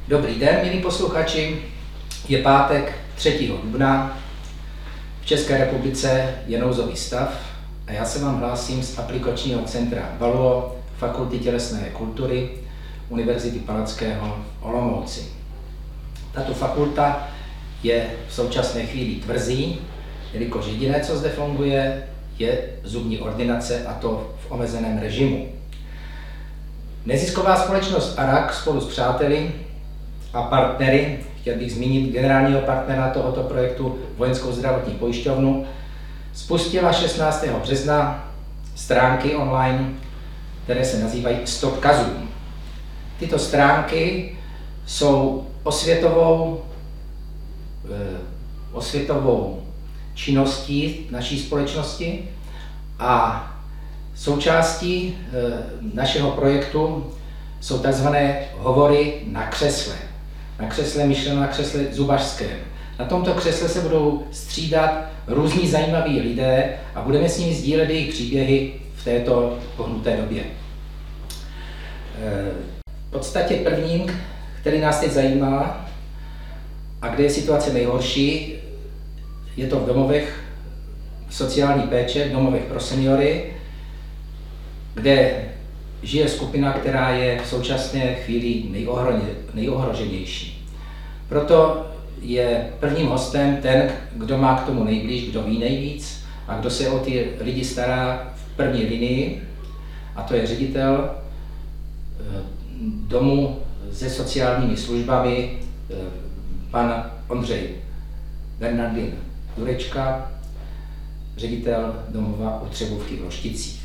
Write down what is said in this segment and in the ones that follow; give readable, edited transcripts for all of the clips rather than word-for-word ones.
Dobrý den, milí posluchači. Je pátek 3. dubna. V České republice je nouzový stav a já se vám hlásím z aplikačního centra Valuo Fakulty tělesné kultury Univerzity Palackého v Olomouci. Tato fakulta je v současné chvíli tvrzí, jelikož jediné, co zde funguje, je zubní ordinace, a to v omezeném režimu. Nezisková společnost ARAG spolu s přáteli a partnery, chtěl bych zmínit generálního partnera tohoto projektu, Vojenskou zdravotní pojišťovnu, spustila 16. března stránky online, které se nazývají Stop kazům. Tyto stránky jsou osvětovou činností naší společnosti a součástí našeho projektu jsou tzv. Hovory na křesle. Na křesle myšleno na křesle zubařském. Na tomto křesle se budou střídat různí zajímaví lidé a budeme s nimi sdílet jejich příběhy v této pohnuté době. V podstatě prvním, který nás teď zajímá a kde je situace nejhorší, je to v domovech sociální péče, v domovech pro seniory, kde žije skupina, která je v současné chvíli nejohroženější. Proto je prvním hostem ten, kdo má k tomu nejblíž, kdo ví nejvíc a kdo se o ty lidi stará v první linii, a to je ředitel domu se sociálními službami, pan Ondřej Bernardin Jurečka, ředitel domova u Třebovky v Rošticích.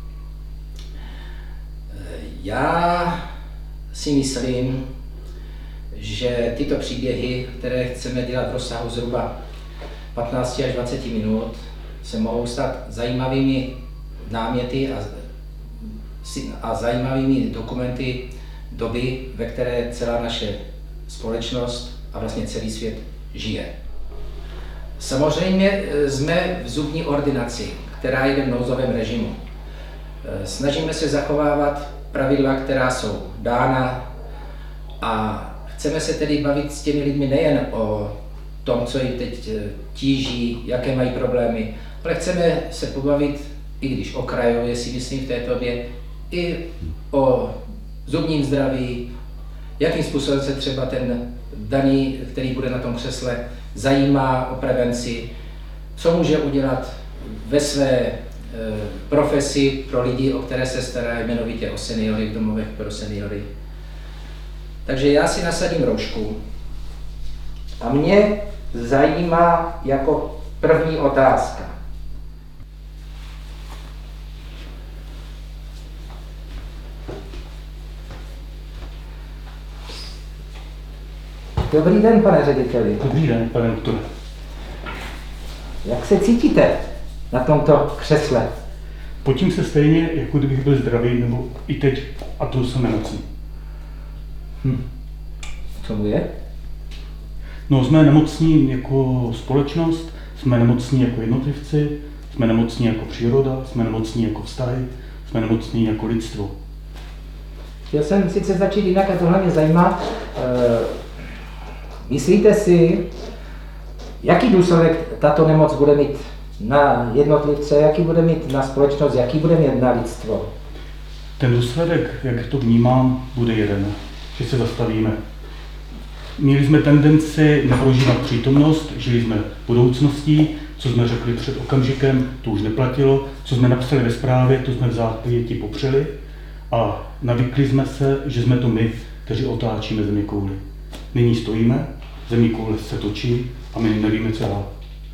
Já si myslím, že tyto příběhy, které chceme dělat v rozsahu zhruba 15 až 20 minut, se mohou stát zajímavými náměty a zajímavými dokumenty doby, ve které celá naše společnost a vlastně celý svět žije. Samozřejmě jsme v zubní ordinaci, která jde v nouzovém režimu. Snažíme se zachovávat pravidla, která jsou dána, a chceme se tedy bavit s těmi lidmi nejen o tom, co jim teď tíží, jaké mají problémy, ale chceme se pobavit, i když okrajově si myslím v této době, i o zubním zdraví, jakým způsobem se třeba ten daný, který bude na tom křesle, zajímá o prevenci, co může udělat ve své profesi pro lidi, o které se stará, jmenovitě o seniory v domovech pro seniory. Takže já si nasadím roušku a mě zajímá jako první otázka. Dobrý den, pane řediteli. Dobrý den, pane doktore. Jak se cítíte na tomto křesle? Potím se stejně, jako kdybych byl zdravý, nebo i teď, a to jsem nemocný. Co mu je? No, jsme nemocní jako společnost, jsme nemocní jako jednotlivci, jsme nemocní jako příroda, jsme nemocní jako vztahy, jsme nemocní jako lidstvo. Chtěl jsem sice začít jinak, a tohle mě zajímá. Myslíte si, jaký důsledek tato nemoc bude mít na jednotlivce, jaký bude mít na společnost, jaký bude mít na lidstvo? Ten důsledek, jak to vnímám, bude jeden, že se zastavíme. Měli jsme tendenci neprožívat přítomnost, žili jsme budoucností, co jsme řekli před okamžikem, to už neplatilo, co jsme napsali ve zprávě, to jsme v zápěti popřeli a navykli jsme se, že jsme to my, kteří otáčíme zeměkouli. Nyní stojíme, zeměkoule se točí a my nevíme, co dál.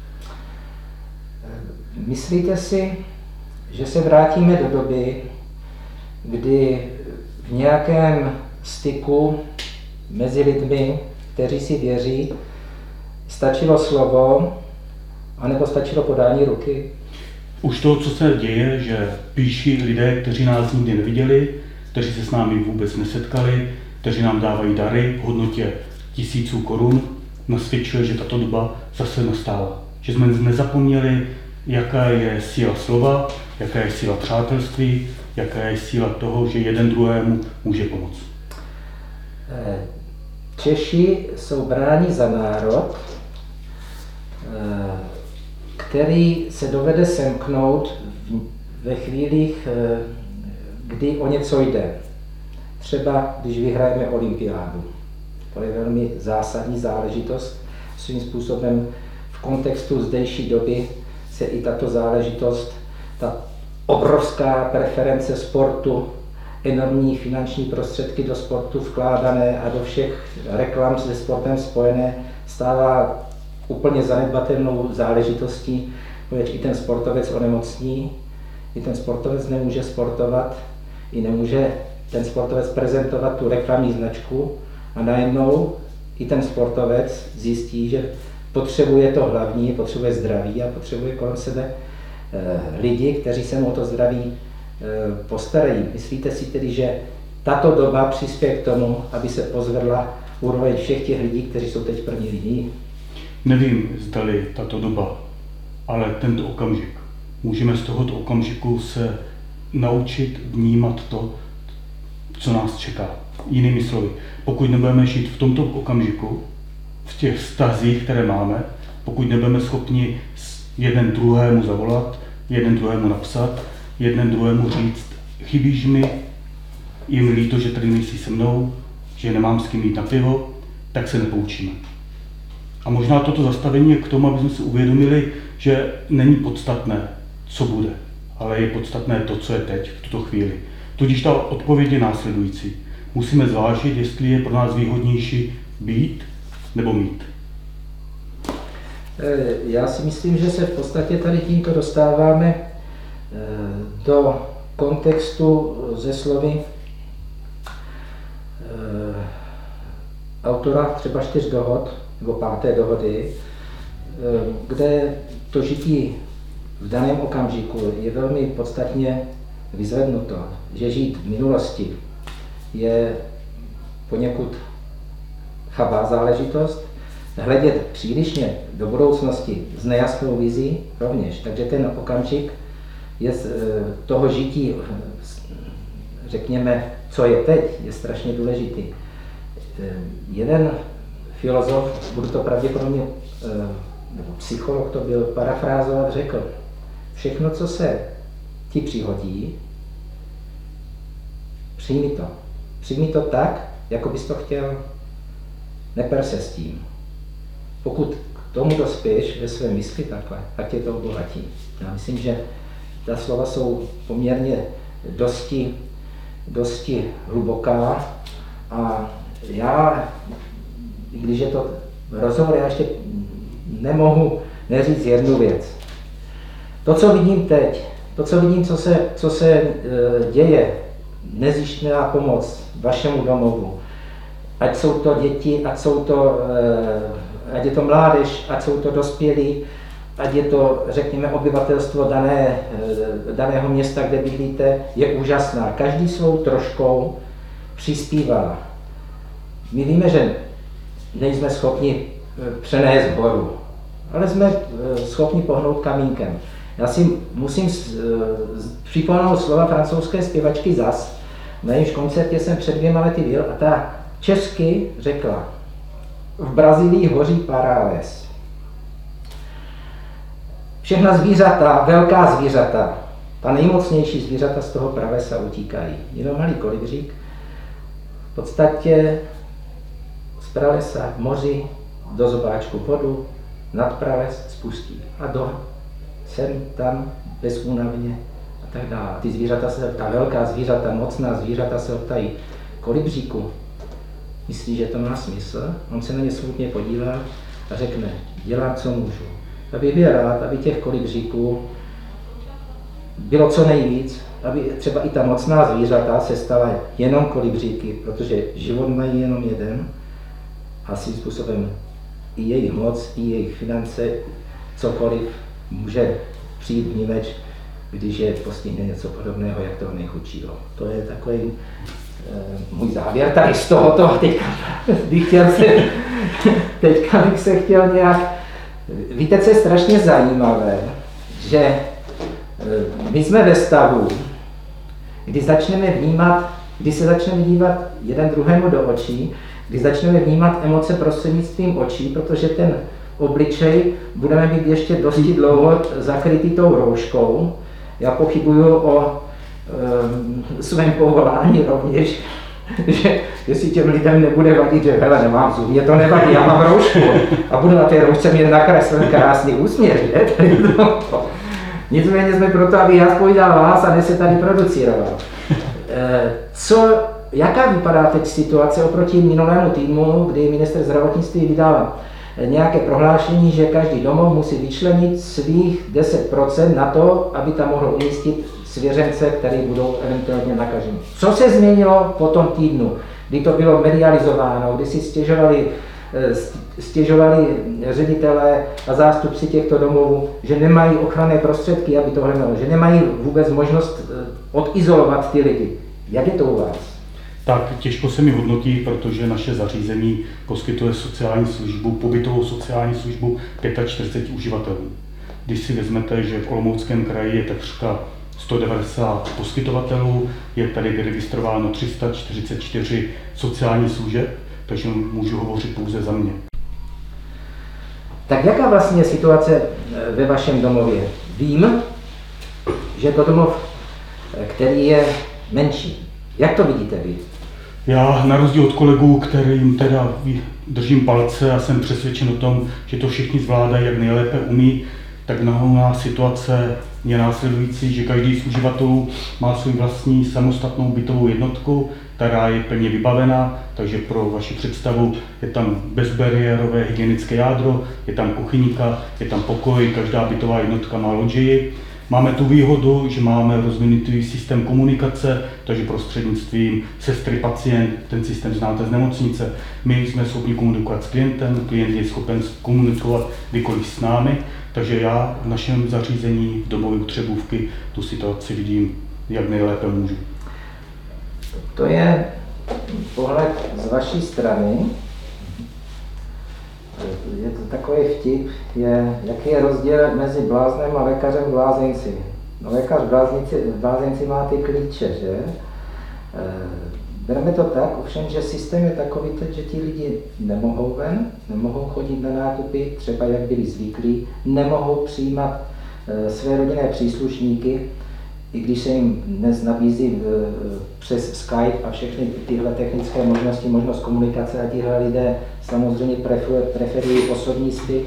Myslíte si, že se vrátíme do doby, kdy v nějakém styku mezi lidmi, kteří si věří, stačilo slovo, anebo stačilo podání ruky? Už to, co se děje, že píší lidé, kteří nás nikdy neviděli, kteří se s námi vůbec nesetkali, kteří nám dávají dary v hodnotě 1000 korun, nasvědčuje, že tato doba zase nastala. Že jsme nezapomněli, jaká je síla slova, jaká je síla přátelství, jaká je síla toho, že jeden druhému může pomoct. Češi jsou bráni za národ, který se dovede semknout ve chvílích, kdy o něco jde. Třeba když vyhrajeme olympiádu. To je velmi zásadní záležitost. Svým způsobem v kontextu zdejší doby se i tato záležitost, ta obrovská preference sportu, enormní finanční prostředky do sportu vkládané a do všech reklam se sportem spojené, stává úplně zanedbatelnou záležitostí, protože i ten sportovec onemocní, i ten sportovec nemůže sportovat, i nemůže ten sportovec prezentovat tu reklamní značku a najednou i ten sportovec zjistí, že potřebuje to hlavní, potřebuje zdraví a potřebuje kolem sebe lidi, kteří se mu o to zdraví postarají. Myslíte si tedy, že tato doba přispěje k tomu, aby se pozvedla úroveň všech těch lidí, kteří jsou teď v první linii? Nevím, zdali tato doba, ale tento okamžik. Můžeme z tohoto okamžiku se naučit vnímat to, co nás čeká. Jinými slovy, pokud nebudeme žít v tomto okamžiku, v těch vztazích, které máme, pokud nebudeme schopni jeden druhému zavolat, jeden druhému napsat, jeden druhému říct, chybíš mi, je mi líto, že tady nejsi se mnou, že nemám s kým jít na pivo, tak se nepoučíme. A možná toto zastavení je k tomu, aby jsme si uvědomili, že není podstatné, co bude, ale je podstatné to, co je teď, v tuto chvíli. Tudíž ta odpověď je následující. Musíme zvážit, jestli je pro nás výhodnější být nebo mít. Já si myslím, že se v podstatě tady tímto dostáváme do kontextu ze slovy autora třeba 4 dohod, nebo 5. dohody, kde to žití v daném okamžiku je velmi podstatně vyzvednuto, že žít v minulosti je poněkud chabá záležitost, hledět přílišně do budoucnosti s nejasnou vizí rovněž. Takže ten okamžik je toho žití, řekněme, co je teď, je strašně důležitý. Jeden filozof, budu to pravděpodobně, nebo psycholog to byl, parafrázovat, řekl, všechno, co se ti přihodí, přijmi to. Přijmi to tak, jako bys to chtěl, neper se s tím. Pokud k tomu dospěješ ve své mysli takhle, tak tě to obohatí. Já myslím, že ta slova jsou poměrně dosti hluboká a já, když je to rozhovor, já ještě nemohu neříct jednu věc. To, co vidím teď, to, co vidím, co se děje, nezištná pomoc vašemu domovu, ať jsou to děti, ať je to mládež, ať jsou to dospělí, ať je to, řekněme, obyvatelstvo daného města, kde bydlíte, je úžasná. Každý svou troškou přispívá. My víme, že nejsme schopni přenést horu, ale jsme schopni pohnout kamínkem. Já si musím připomenout slova francouzské zpěvačky Zas. Na jejímž koncertě jsem před 2 lety byl a ta česky řekla: v Brazílii hoří parales. Všechna zvířata, velká zvířata, ta nejmocnější zvířata z toho pralesa utíkají. Jenom malý kolibřík v podstatě z pralesa k moři do zobáčku vodu nad prales spustí a sem tam bezúnavně a tak dále. Ty zvířata ta velká zvířata, mocná zvířata se optají: kolibříku, myslíš, že to má smysl? On se na ně smutně podívá a řekne: dělám, co můžu. Já bych byl rád, aby těch kolibříků bylo co nejvíc, aby třeba i ta mocná zvířata se stala jenom kolibříky, protože život mají jenom jeden a svým způsobem i jejich moc, i jejich finance, cokoliv může přijít vníveč, když je postihne něco podobného, jak toho nejchudšího. To je takový můj závěr tady z tohoto. Teďka bych se chtěl nějak... Víte, co je strašně zajímavé, že my jsme ve stavu, kdy se začneme dívat jeden druhému do očí, kdy začneme vnímat emoce prostřednictvím očí, protože ten obličej budeme mít ještě dosti dlouho zakrytý tou rouškou. Já pochybuju o svém povolání rovněž, že jestli těm lidem nebude vadit, že hele, nemám zub, mě to nevadí, já mám roušku a budu na té roušce mít nakreslen krásný úsměv, že? Nicméně jsme proto, aby já spovídal vás a ne se tady producíroval. Jaká vypadá teď situace oproti minulému týdnu, kdy ministr zdravotnictví vydal nějaké prohlášení, že každý domov musí vyčlenit svých 10% na to, aby tam mohl umístit svěřence, které budou eventuálně nakaženi. Co se změnilo po tom týdnu, kdy to bylo medializováno, kdy si stěžovali ředitelé a zástupci těchto domovů, že nemají ochranné prostředky, aby tohle mělo, že nemají vůbec možnost odizolovat ty lidi. Jak je to u vás? Tak těžko se mi hodnotí, protože naše zařízení poskytuje sociální službu, pobytovou sociální službu 45 uživatelů. Když si vezmete, že v Olomouckém kraji je takřka 190 poskytovatelů, je tady vyregistrováno 344 sociálních služeb, takže můžu hovořit pouze za mě. Tak jaká vlastně je situace ve vašem domově? Vím, že je to domov, který je menší. Jak to vidíte vy? Já na rozdíl od kolegů, kterým teda držím palce a jsem přesvědčen o tom, že to všichni zvládají, jak nejlépe umí, tak nahoná situace je následující, že každý z uživatelů má svou vlastní samostatnou bytovou jednotku, která je plně vybavená, takže pro vaši představu je tam bezbariérové hygienické jádro, je tam kuchyňka, je tam pokoj, každá bytová jednotka má loďii. Máme tu výhodu, že máme rozvinutý systém komunikace, takže prostřednictvím sestry pacient, ten systém znáte z nemocnice. My jsme schopni komunikovat s klientem, klient je schopen komunikovat kdykoliv s námi, takže já v našem zařízení v domově Třebůvky tu situaci vidím, jak nejlépe můžu. To je pohled z vaší strany. Je to takový vtip, jaký je rozdíl mezi bláznem a lékařem v blázenci. No, lékař v blázenci má ty klíče, že? Bereme to tak, ovšem, že systém je takový teď, že ti lidi nemohou ven, nemohou chodit na nákupy, třeba jak byli zvyklí, nemohou přijímat své rodinné příslušníky, i když se jim dnes nabízí přes Skype a všechny tyhle technické možnosti, možnost komunikace a tihle lidé samozřejmě preferují osobní styk.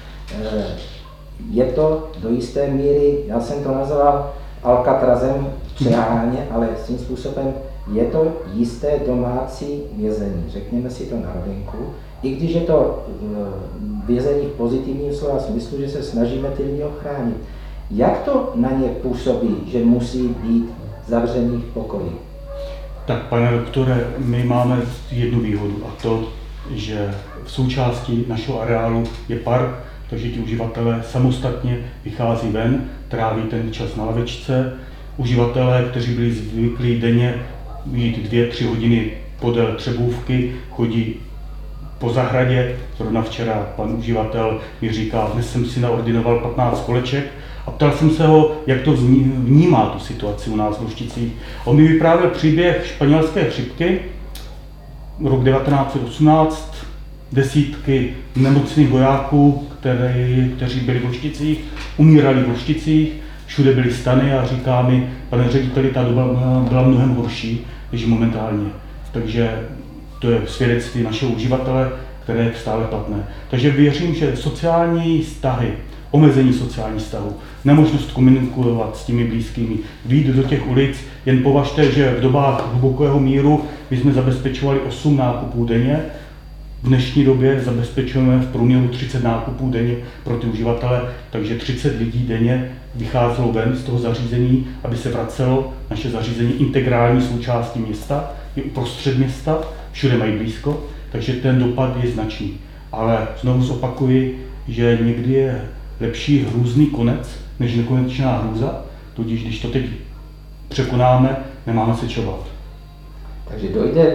Je to do jisté míry, já jsem to nazval Alcatrazem přeháně, ale svým způsobem je to jisté domácí vězení, řekněme si to na rovinku, i když je to vězení v pozitivním slova smyslu, že se snažíme ty lidi ochránit. Jak to na ně působí, že musí být zavření v pokoji? Tak, pane doktore, my máme jednu výhodu a to, že v součástí našeho areálu je park, takže ti uživatelé samostatně vychází ven, tráví ten čas na lavičce. Uživatelé, kteří byli zvyklí denně jít 2-3 hodiny podél Třebůvky, chodí po zahradě. Zrovna včera pan uživatel mi říká, dnes jsem si naordinoval 15 koleček a ptal jsem se ho, jak to vnímá tu situaci u nás v Lušticích. On mi vyprávěl příběh španělské chřipky, rok 1918, desítky nemocných vojáků, kteří byli v Lušticích, umírali v Lušticích, všude byly stany a říká mi, pane řediteli, ta doba byla mnohem horší než momentálně. Takže to je svědectví našeho uživatele, které je stále platné. Takže věřím, že sociální vztahy, omezení sociálních vztahů, nemožnost komunikovat s těmi blízkými, vyjít do těch ulic, jen považte, že v dobách hlubokého míru my jsme zabezpečovali 8 nákupů denně, v dnešní době zabezpečujeme v průměru 30 nákupů denně pro ty uživatele, takže 30 lidí denně vycházelo ven z toho zařízení, aby se vracelo naše zařízení integrální součástí města, je uprostřed města, všude mají blízko, takže ten dopad je značný. Ale znovu zopakuji, že někdy je lepší hrůzný konec, než nekonečná hrůza, tudíž když to teď překonáme, nemáme se čo bát. Takže dojde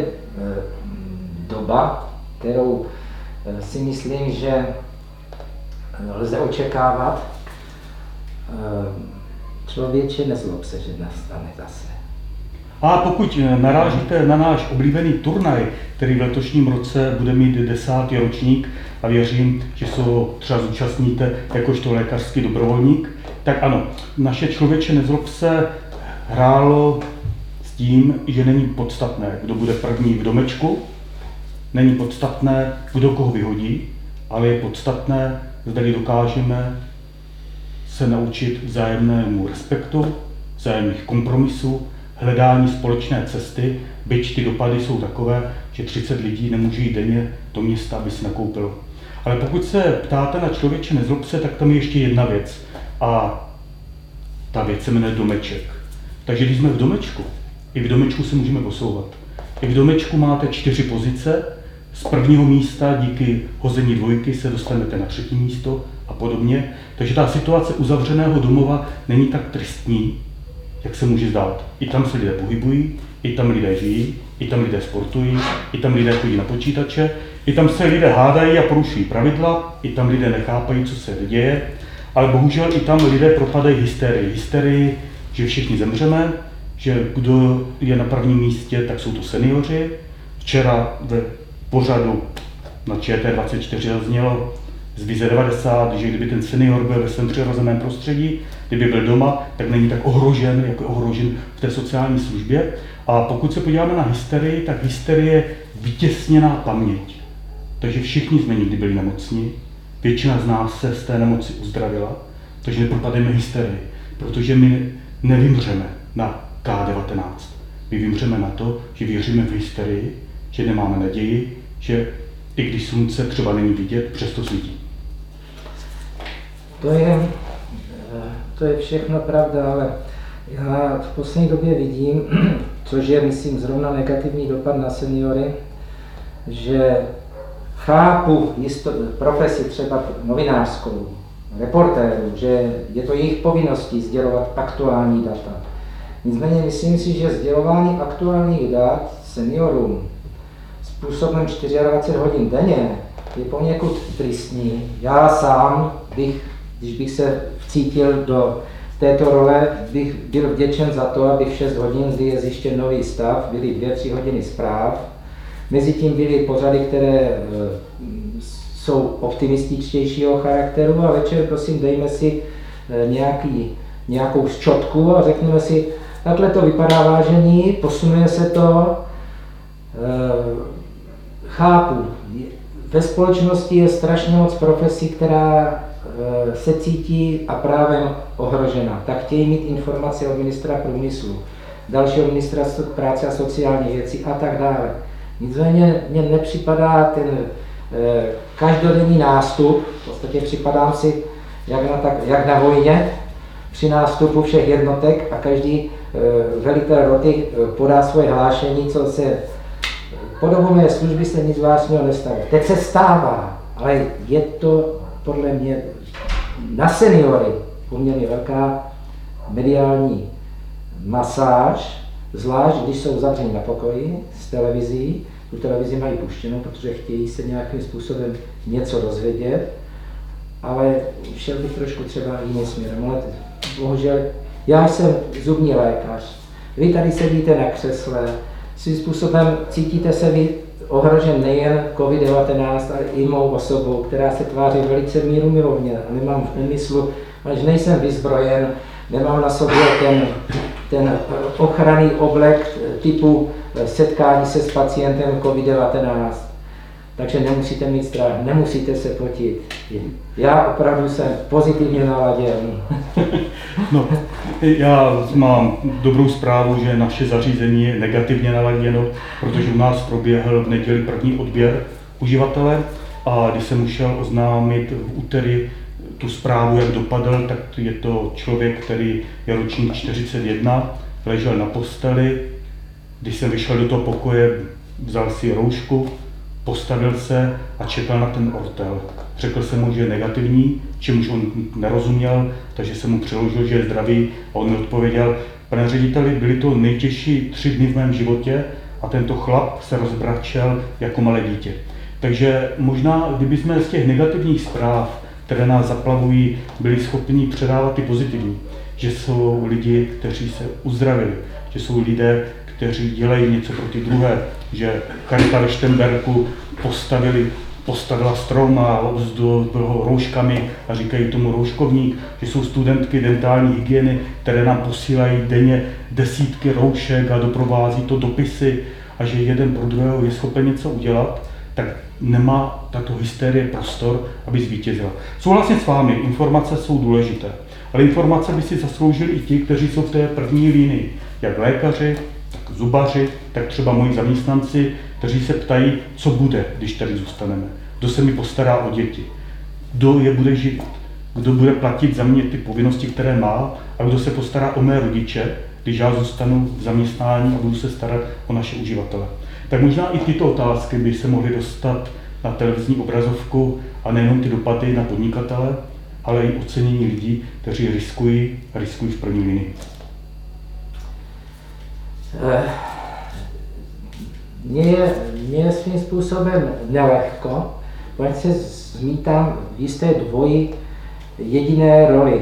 doba, kterou si myslím, že lze očekávat. Člověče, nezlob se, že nastane zase. A pokud narážíte na náš oblíbený turnaj, který v letošním roce bude mít 10. ročník a věřím, že se ho třeba zúčastníte jakožto lékařský dobrovolník, tak ano, naše Člověče nezlob se hrálo s tím, že není podstatné, kdo bude první v domečku, není podstatné, kdo koho vyhodí, ale je podstatné, zda dokážeme se naučit vzájemnému respektu, vzájemných kompromisů, hledání společné cesty, byť ty dopady jsou takové, že 30 lidí nemůže jít denně do města, aby si nakoupilo. Ale pokud se ptáte na Člověče nezlob se, tak tam je ještě jedna věc. A ta věc se jmenuje domeček. Takže když jsme v domečku, i v domečku se můžeme posouvat. I v domečku máte 4 pozice, z prvního místa díky hození dvojky se dostanete na 3. místo a podobně. Takže ta situace uzavřeného domova není tak tristní, jak se může zdát. I tam se lidé pohybují, i tam lidé žijí, i tam lidé sportují, i tam lidé chodí na počítače, i tam se lidé hádají a porušují pravidla, i tam lidé nechápají, co se děje, ale bohužel i tam lidé propadají hysterii. Hysterii, že všichni zemřeme, že kdo je na prvním místě, tak jsou to seniori. Včera ve pořadu na ČT24 zaznělo z Vize 90, že kdyby ten senior byl ve svém přirozeném prostředí, kdyby byl doma, tak není tak ohrožen, jako je ohrožen v té sociální službě. A pokud se podíváme na hysterii, tak hysterie je vytěsněná paměť. Takže všichni jsme někdy byli nemocní, většina z nás se z té nemoci uzdravila, takže nepropademe hysterii, protože my nevymřeme na K19. My vymřeme na to, že věříme v hysterii, že nemáme naději, že i když slunce třeba není vidět, přesto svítí. To je všechno pravda, ale já v poslední době vidím, což je, myslím, zrovna negativní dopad na seniory, že chápu profesi třeba novinářskou, reportérů, že je to jejich povinností sdělovat aktuální data. Nicméně myslím si, že sdělování aktuálních dat seniorům způsobem 24 hodin denně je poněkud tristní. Já sám když bych se vcítil do této role, bych byl vděčen za to, aby v 6 hodin, kdy je zjištěn nový stav, byly 2-3 hodiny zpráv. Mezitím byly pořady, které jsou optimističtějšího charakteru a večer prosím dejme si nějakou ščotku a řekneme si, takhle to vypadá, vážení, posunuje se to, chápu. Ve společnosti je strašně moc profesí, která se cítí a právem ohrožena. Tak chtějí mít informace od ministra průmyslu, dalšího ministra práce a sociálních věcí a tak dále. Nicméně mně nepřipadá ten každodenní nástup, v podstatě připadám si jak na vojně, při nástupu všech jednotek a každý velitel roty podá svoje hlášení, co se po dobu mé služby se nic zvláštního nestalo. Teď se stává, ale je to podle mě na seniory poměrně velká mediální masáž, zvlášť když jsou zavřeni na pokoji s televizí. Tu televizi mají puštěnou, protože chtějí se nějakým způsobem něco dozvědět, ale šel bych trošku třeba jiným směrem. Ale bohužel, já jsem zubní lékař, vy tady sedíte na křesle, svým způsobem cítíte se vy ohrožen nejen COVID-19, ale i mou osobou, která se tváří velice mírumilovně a nemám v úmyslu, až nejsem vyzbrojen, nemám na sobě ten ochranný oblek typu setkání se s pacientem COVID-19. Takže nemusíte mít strach, nemusíte se potit. Já opravdu jsem pozitivně naladěn. No, já mám dobrou zprávu, že naše zařízení je negativně naladěno, protože u nás proběhl v neděli první odběr uživatele a když jsem musel oznámit v úterý tu zprávu, jak dopadl, tak je to člověk, který je ročník 41, ležel na posteli. Když jsem vyšel do toho pokoje, vzal si roušku, postavil se a čekal na ten ortel. Řekl jsem mu, že je negativní, čemuž on nerozuměl, takže jsem mu přeložil, že je zdravý a on mi odpověděl, pane řediteli, byly to nejtěžší 3 dny v mém životě a tento chlap se rozbračel jako malé dítě. Takže možná, kdybychom z těch negativních zpráv, které nás zaplavují, byli schopni předávat ty pozitivní, že jsou lidi, kteří se uzdravili, že jsou lidé, kteří dělají něco pro ty druhé, že Charita ve Štemberku postavila strom a obzdobila ho rouškami a říkají tomu rouškovník, že jsou studentky dentální hygieny, které nám posílají denně desítky roušek a doprovází to dopisy a že jeden pro druhého je schopen něco udělat, tak nemá tato hysterie prostor, aby zvítězila. Souhlasím s vámi, informace jsou důležité, ale informace by si zasloužili i ti, kteří jsou v té první linii, jak lékaři, tak zubaři, tak třeba moji zaměstnanci, kteří se ptají, co bude, když tady zůstaneme, kdo se mi postará o děti, kdo je bude živit, kdo bude platit za mě ty povinnosti, které má a kdo se postará o mé rodiče, když já zůstanu v zaměstnání a budu se starat o naše uživatele. Tak možná i tyto otázky by se mohly dostat na televizní obrazovku a nejenom ty dopady na podnikatele, ale i ocenění lidí, kteří riskují v první linii. Mně je svým způsobem nelehko, protože se zmítám v jisté dvojí jediné roli.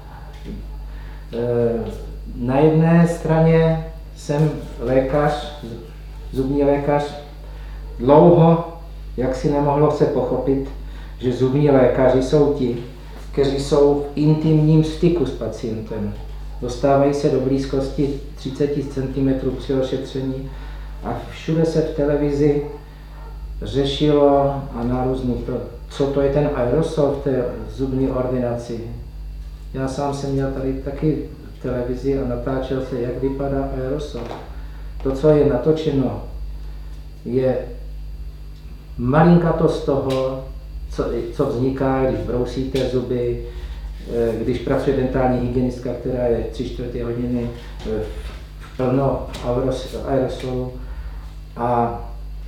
Na jedné straně jsem lékař, zubní lékař, dlouho, jak si nemohlo se pochopit, že zubní lékaři jsou ti, kteří jsou v intimním styku s pacientem. Dostávají se do blízkosti 30 cm při ošetření a všude se v televizi řešilo a na různých, co to je ten aerosol v té zubní ordinaci. Já sám jsem měl tady taky televizi a natáčel se, jak vypadá aerosol. To, co je natočeno, je malinkato z toho, co vzniká, když brousíte zuby, když pracuje dentální hygienistka, která je 3/4 hodiny v plno aerosolu. A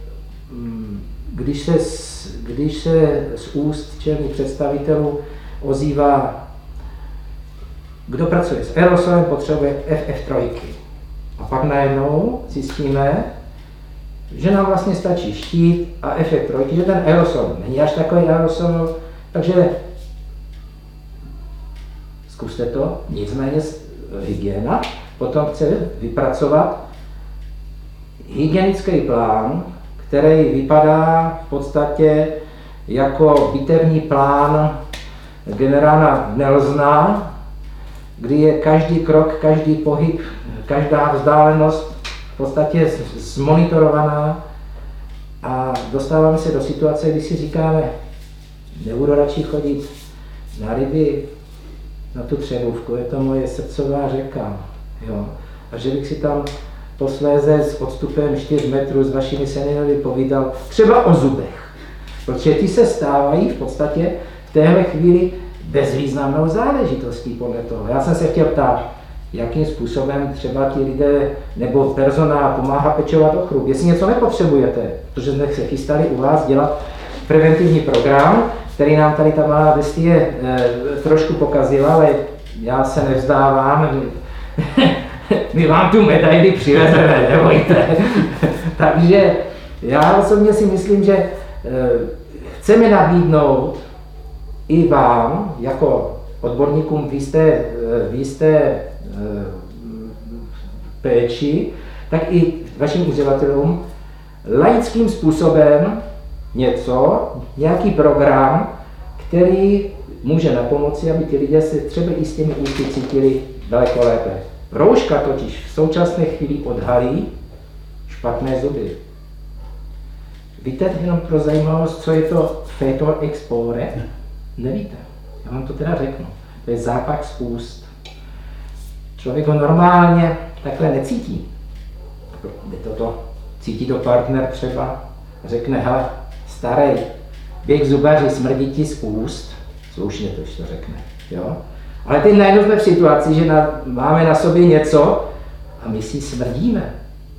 když se z úst čelních představitelů ozývá, kdo pracuje s aerosolem, potřebuje FF3. A pak najednou zjistíme, že nám vlastně stačí štít a FF3, že ten aerosol není až takový aerosol, takže zkuste to, nicméně hygiena potom chce vypracovat hygienický plán, který vypadá v podstatě jako bitevní plán generála Nelsona, kdy je každý krok, každý pohyb, každá vzdálenost v podstatě zmonitorovaná a dostáváme se do situace, kdy si říkáme, nebudu radši chodit na ryby, na tu Třebůvku, je to moje srdcová řeka, jo. A že bych si tam posléze s odstupem 4 metrů s vašimi seniory povídal třeba o zubech, protože ty se stávají v podstatě v téhle chvíli bezvýznamnou záležitostí podle toho. Já jsem se chtěl ptát, jakým způsobem třeba ti lidé nebo personál pomáhá pečovat o chrup. Jestli něco nepotřebujete, protože jsme se chystali u vás dělat preventivní program, který nám tady ta malá bestie trošku pokazila, ale já se nevzdávám. My vám tu medaili přivezeme, nebojte. Takže já osobně si myslím, že chceme nabídnout i vám, jako odborníkům v jisté péči, tak i vašim uživatelům laickým způsobem nějaký program, který může napomoci, aby ti lidé se třeba i s těmi ústy cítili daleko lépe. Rouška totiž v současné chvíli odhalí špatné zuby. Víte jenom pro zajímavost, co je to fetor expore? Nevíte. Já vám to teda řeknu. To je zápach z úst. Člověk ho normálně takhle necítí. Cítí to partner třeba, řekne, hele, starý, běh zubaři, smrdí ti z úst, slušně to řekne, jo? Ale teď najednou jsme v situaci, že máme na sobě něco a my si smrdíme.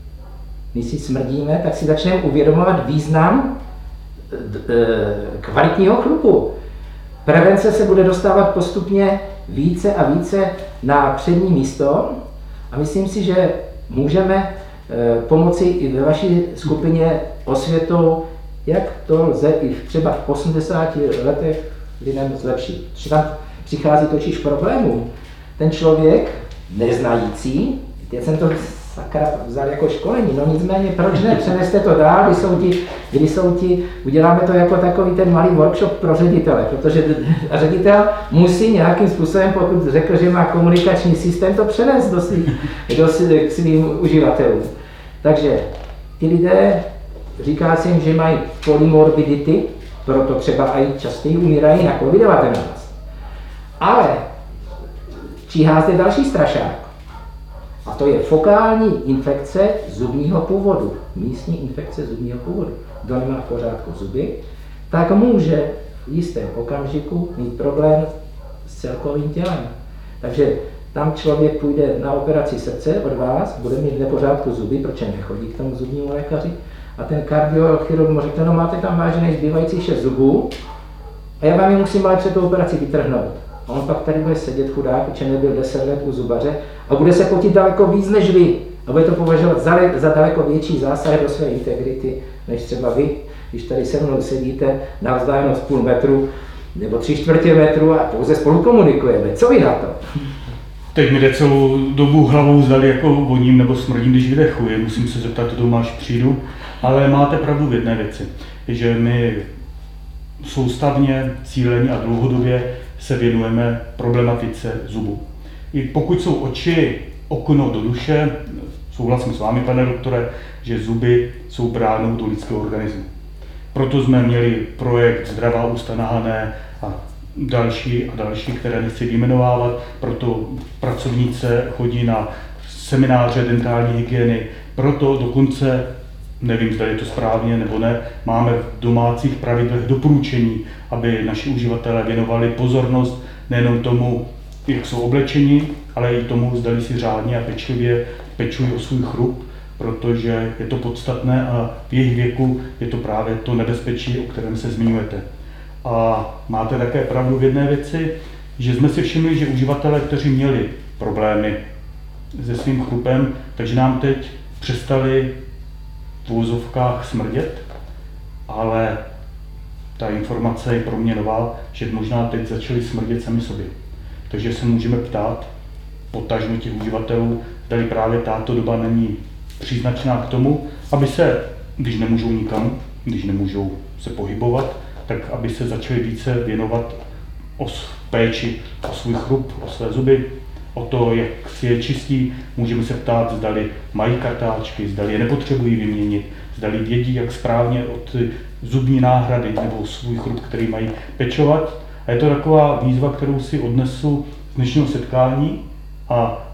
Tak si začneme uvědomovat význam kvalitního chlupu. Prevence se bude dostávat postupně více a více na přední místo a myslím si, že můžeme pomoci i ve vaší skupině osvětou, jak to lze i třeba v 80 letech lidem zlepšit. Že tam přichází totiž problémů. Ten člověk neznající, teď jsem to sakra vzal jako školení, no nicméně proč ne, přeneste to dál, když jsou ti, uděláme to jako takový ten malý workshop pro ředitele, protože ředitel musí nějakým způsobem, pokud řekl, že má komunikační systém, to přenést k svým uživatelům. Takže ti lidé, říká se jim, že mají polymorbidity, proto třeba i častěji umírají na COVID-19. Ale číhá zde další strašák. A to je fokální infekce zubního původu, místní infekce zubního původu. Kdo nemá v pořádku zuby, tak může v jistém okamžiku mít problém s celkovým tělem. Takže tam člověk půjde na operaci srdce od vás, bude mít v nepořádku zuby, protože nechodí k tomu zubnímu lékaři, a ten kardiochirurg mu řekne, no máte tam vážených zbývajících 6 zubů a já vám je musím ale před tou operací vytrhnout. A on pak tady bude sedět chudák, protože nebyl 10 let u zubaře a bude se potit daleko víc než vy. A bude to považovat za daleko větší zásah do své integrity, než třeba vy, když tady se mnou sedíte na vzdálenost půl metru nebo 3/4 metru a pouze spolu komunikujeme. Co vy na to? Teď mi jde celou dobu hlavou zdali jako voním nebo smrdím, když vydechuji. Musím se zeptat doma, až přijdu. Ale máte pravdu v jedné věci, že my soustavně, cíleně a dlouhodobě se věnujeme problematice zubu. I pokud jsou oči okno do duše, souhlasím s vámi, pane doktore, že zuby jsou bránou do lidského organismu. Proto jsme měli projekt Zdravá ústa na Hané a další, které nechci vyjmenovávat, proto pracovnice chodí na semináře dentální hygieny, proto dokonce, nevím, zda je to správně nebo ne, máme v domácích pravidlech doporučení, aby naši uživatelé věnovali pozornost nejenom tomu, jak jsou oblečeni, ale i tomu, zdali si řádně a pečlivě pečují o svůj chrup, protože je to podstatné a v jejich věku je to právě to nebezpečí, o kterém se zmiňujete. A máte také pravdu v jedné věci, že jsme si všimli, že uživatelé, kteří měli problémy se svým chrupem, takže nám teď přestali v uvozovkách smrdět, ale ta informace je pro mě nová, že možná teď začali smrdět sami sobě. Takže se můžeme ptát, potažmo těch uživatelů, zdali právě tato doba není příznačná k tomu, aby se, když nemůžou nikam, když nemůžou se pohybovat, tak aby se začali více věnovat o péči, o svůj chrup, o své zuby, o to, jak si je čistí. Můžeme se ptát, zdali mají kartáčky, zdali je nepotřebují vyměnit, zdali vědí, jak správně od zubní náhrady nebo svůj chrup, který mají, pečovat. A je to taková výzva, kterou si odnesu z dnešního setkání, a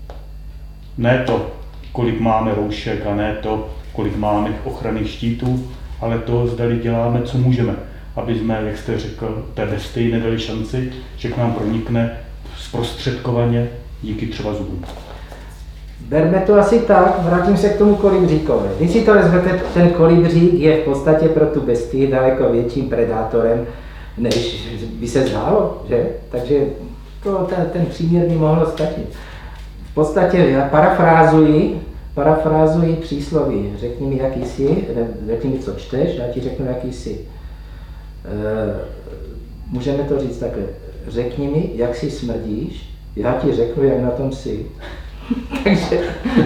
ne to, kolik máme roušek, a ne to, kolik máme ochranných štítů, ale to, zdali děláme, co můžeme, aby jsme, jak jste řekl, té bestii nedali šanci, že k nám pronikne zprostředkovaně díky třeba zubům. Berme to asi tak, vrátím se k tomu kolibříkovi. Když si to vezmete, ten kolibřík je v podstatě pro tu bestii daleko větším predátorem, než by se zdálo, že? Takže ten příměr by mohlo stačit. V podstatě já parafrázuji přísloví. Řekni mi, jaký jsi, řekni mi, co čteš, já ti řeknu, jaký jsi. Můžeme to říct takhle. Řekni mi, jak si smrdíš, já ti řeknu, jak na tom jsi. Takže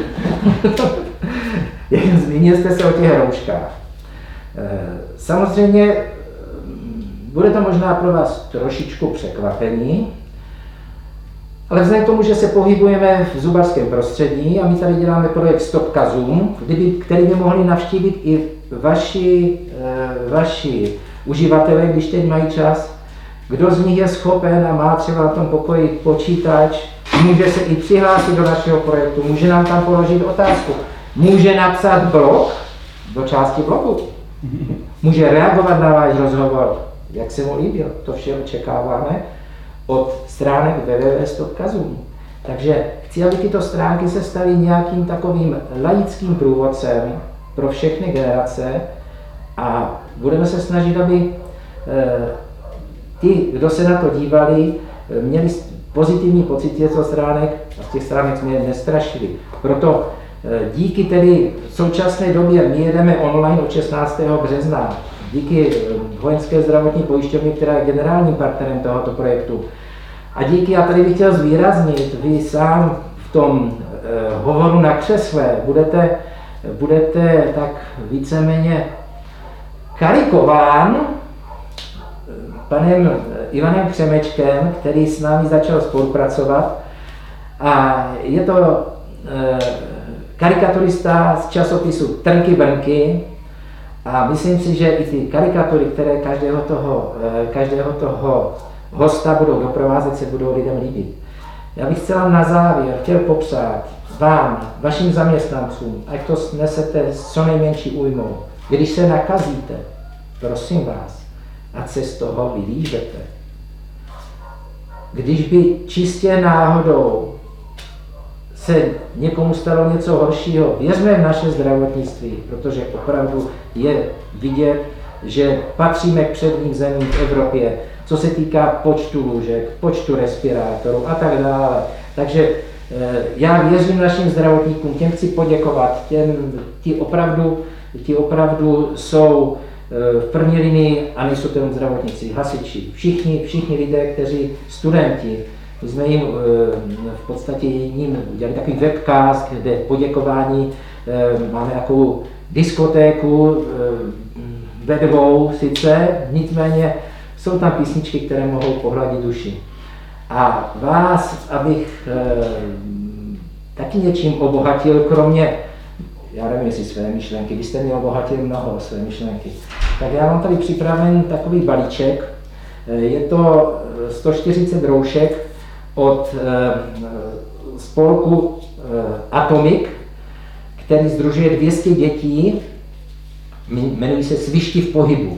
zmínil jste se o těch rouškách. Samozřejmě bude to možná pro vás trošičku překvapení, ale vzhledem k tomu, že se pohybujeme v zubařském prostředí a my tady děláme projekt Stop kazům, který by mohli navštívit i vaši uživatelé, když teď mají čas. Kdo z nich je schopen a má třeba na tom pokoji počítač, může se i přihlásit do našeho projektu, může nám tam položit otázku, může napsat blog do části blogu, může reagovat na váš rozhovor, jak se mu líbil. To vše očekáváme od stránek www.stopkazum. Takže chci, aby tyto stránky se staly nějakým takovým laickým průvodcem pro všechny generace a budeme se snažit, aby ti, kdo se na to dívali, měli pozitivní pocit těchto stránek a z těch stránek jsme je nestrašili. Proto díky tedy v současné době my jedeme online od 16. března. Díky Vojenské zdravotní pojišťovně, která je generálním partnerem tohoto projektu. A díky, já tady bych chtěl zvýraznit, vy sám v tom hovoru na křesle budete tak víceméně karikován panem Ivanem Křemečkem, který s námi začal spolupracovat. A je to karikaturista z časopisu Trnky Brnky. A myslím si, že i ty karikatury, které každého toho hosta budou doprovázet, se budou lidem líbit. Já bych zcela na závěr chtěl popřát vám, vašim zaměstnancům, ať to nesete s co nejmenší újmou. Když se nakazíte, prosím vás, ať se z toho vylížete. Když by čistě náhodou se někomu stalo něco horšího, věřme v naše zdravotnictví, protože opravdu je vidět, že patříme k předním zemím v Evropě, co se týká počtu lůžek, počtu respirátorů a tak dále. Takže já věřím našim zdravotníkům, těm chci poděkovat, ti opravdu jsou v první linii a nejsou to jen zdravotníci, hasiči, všichni lidé, kteří studenti. My jsme jim v podstatě jim udělali takový webcast, kde poděkování, máme takovou diskotéku ve dvou sice, nicméně jsou tam písničky, které mohou pohladit duši. A vás, abych taky něčím obohatil, kromě, já nevím, jestli své myšlenky, vy jste mě obohatil mnoho své myšlenky, tak já mám tady připraven takový balíček, je to 140 roušek od spolku Atomic, který sdružuje 200 dětí, jmenují se Svišti v pohybu.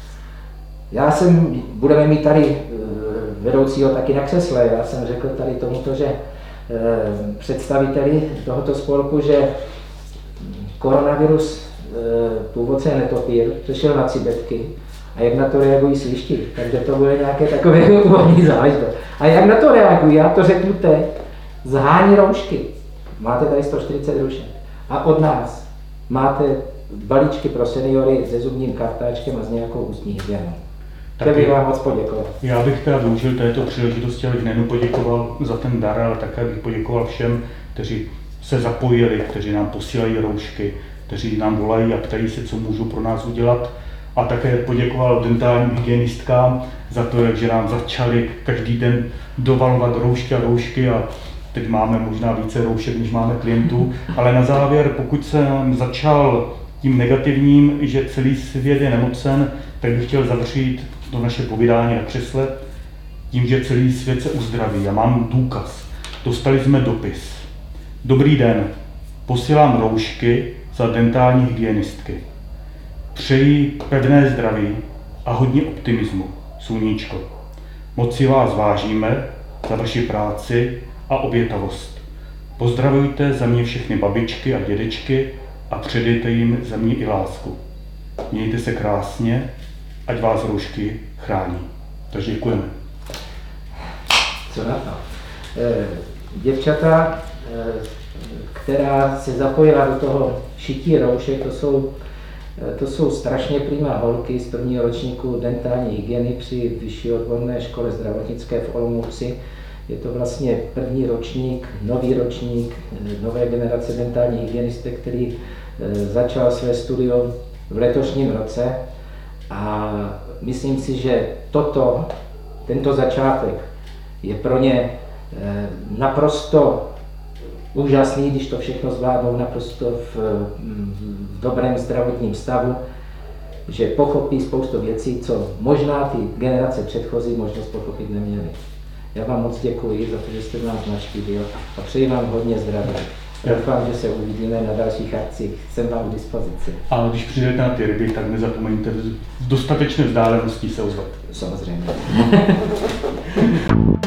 Budeme mít tady vedoucího taky na křesle, já jsem řekl tady tomuto, že představiteli tohoto spolku, že koronavirus původce netopír, přešel na cibetky a jak na to reagují svišti, takže to bude nějaké takové úvodní záležitost. A jak na to reagují, já to řeknu teď, zhání roušky. Máte tady 140 roušek a od nás máte balíčky pro seniory se zubním kartáčkem a s nějakou ústní hygienou. Tak bych vám moc poděkoval. Já bych teda využil této příležitosti, abych nejen poděkoval za ten dar, ale také bych poděkoval všem, kteří se zapojili, kteří nám posílají roušky, kteří nám volají a ptají se, co můžu pro nás udělat. A také poděkoval dentálním hygienistkám za to, že nám začali každý den dovalovat roušky a teď máme možná více roušek, než máme klientů. Ale na závěr, pokud jsem začal tím negativním, že celý svět je nemocen, tak bych chtěl zavřít to naše povídání na křesle tím, že celý svět se uzdraví. Já mám důkaz. Dostali jsme dopis. Dobrý den, posílám roušky za dentální hygienistky. Přeji pevné zdraví a hodně optimismu, sluníčko. Moc si vás vážíme za vaši práci a obětavost. Pozdravujte za mě všechny babičky a dědečky a předejte jim za mě i lásku. Mějte se krásně, ať vás roušky chrání. Takže děkujeme. Co na to? Děvčata, která se zapojila do toho šití roušek, to jsou strašně prima holky z prvního ročníku dentální hygieny při Vyšší odborné škole zdravotnické v Olomouci. Je to vlastně první ročník, nový ročník nové generace dentální hygienistek, který začal své studium v letošním roce. A myslím si, že tento začátek je pro ně naprosto úžasný, když to všechno zvládnou naprosto v dobrém zdravotním stavu, že pochopí spoustu věcí, co možná ty generace předchozí možnost pochopit neměly. Já vám moc děkuji za to, že jste nás navštívil a přeji vám hodně zdraví. Doufám, že se uvidíme na dalších akcích. Jsem vám k dispozici. A když přijdete na ty ryby, tak nezapomeňte v dostatečné vzdálenosti se ozvat. Samozřejmě.